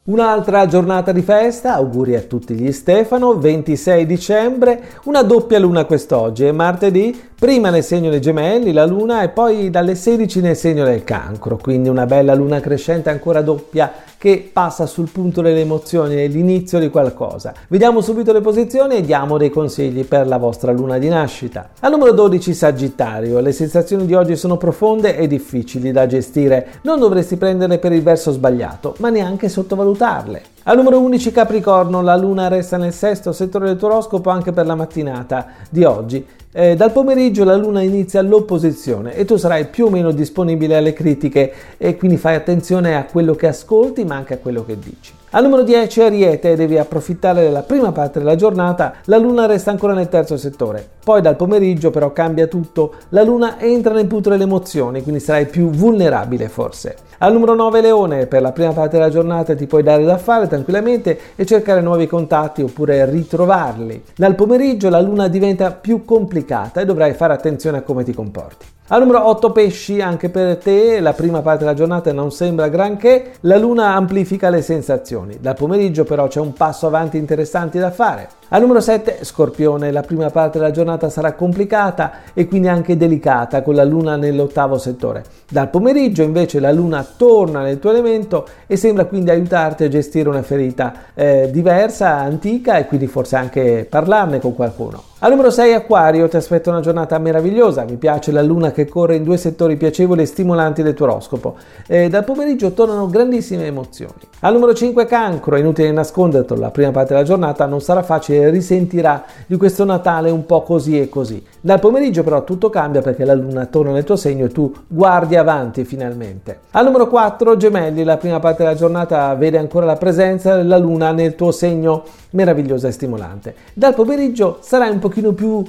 Un'altra giornata di festa, auguri a tutti gli Stefano, 26 dicembre, una doppia luna quest'oggi, è martedì, prima nel segno dei Gemelli la luna e poi dalle 16 nel segno del Cancro, quindi una bella luna crescente ancora doppia che passa sul punto delle emozioni e l'inizio di qualcosa. Vediamo subito le posizioni e diamo dei consigli per la vostra luna di nascita. Al numero 12 Sagittario, le sensazioni di oggi sono profonde e difficili da gestire, non dovresti prenderle per il verso sbagliato, ma neanche sottovalutarle. Al numero 11 Capricorno, la luna resta nel sesto settore del tuo oroscopo anche per la mattinata di oggi. Dal pomeriggio la luna inizia l'opposizione e tu sarai più o meno disponibile alle critiche e quindi fai attenzione a quello che ascolti ma anche a quello che dici. Al numero 10 Ariete, devi approfittare della prima parte della giornata, la luna resta ancora nel terzo settore. Poi dal pomeriggio però cambia tutto, la luna entra nel punto delle emozioni, quindi sarai più vulnerabile forse. Al numero 9 Leone, per la prima parte della giornata ti puoi dare da fare tranquillamente e cercare nuovi contatti oppure ritrovarli. Dal pomeriggio la luna diventa più complicata e dovrai fare attenzione a come ti comporti. Al numero 8 Pesci, anche per te la prima parte della giornata non sembra granché, la luna amplifica le sensazioni. Dal pomeriggio però c'è un passo avanti interessante da fare. Al numero 7 Scorpione, la prima parte della giornata sarà complicata e quindi anche delicata con la luna nell'ottavo settore. Dal pomeriggio invece la luna torna nel tuo elemento e sembra quindi aiutarti a gestire una ferita diversa, antica e quindi forse anche parlarne con qualcuno. Al numero 6 Acquario, ti aspetta una giornata meravigliosa, mi piace la luna che corre in due settori piacevoli e stimolanti del tuo oroscopo. Dal pomeriggio tornano grandissime emozioni. Al numero 5 Cancro, è inutile nascondertelo, la prima parte della giornata non sarà facile, risentirà di questo Natale un po' così e così. Dal pomeriggio però tutto cambia perché la luna torna nel tuo segno e tu guardi avanti finalmente. Al numero 4 Gemelli, la prima parte della giornata vede ancora la presenza della luna nel tuo segno, meravigliosa e stimolante. Dal pomeriggio sarai un pochino più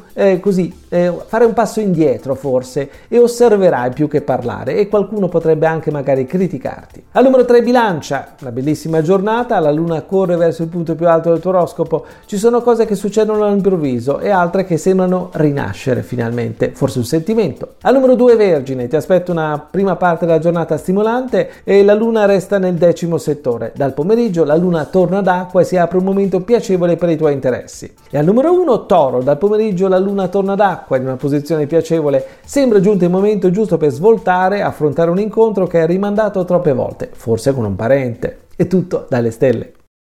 fare un passo indietro forse e osserverai più che parlare e qualcuno potrebbe anche magari criticarti. Al numero 3 Bilancia, una bellissima giornata, la luna corre verso il punto più alto del tuo oroscopo, ci sono cose che succedono all'improvviso e altre che sembrano rinascere finalmente, forse un sentimento. Al numero 2 Vergine, ti aspetta una prima parte della giornata stimolante e la luna resta nel decimo settore. Dal pomeriggio la luna torna d'acqua e si apre un momento piacevole per i tuoi interessi. E al numero 1 Toro, dal pomeriggio la luna torna d'acqua in una posizione piacevole, sembra giunto il momento giusto per svoltare, affrontare un incontro che hai rimandato troppe volte, forse con un parente. È tutto dalle stelle.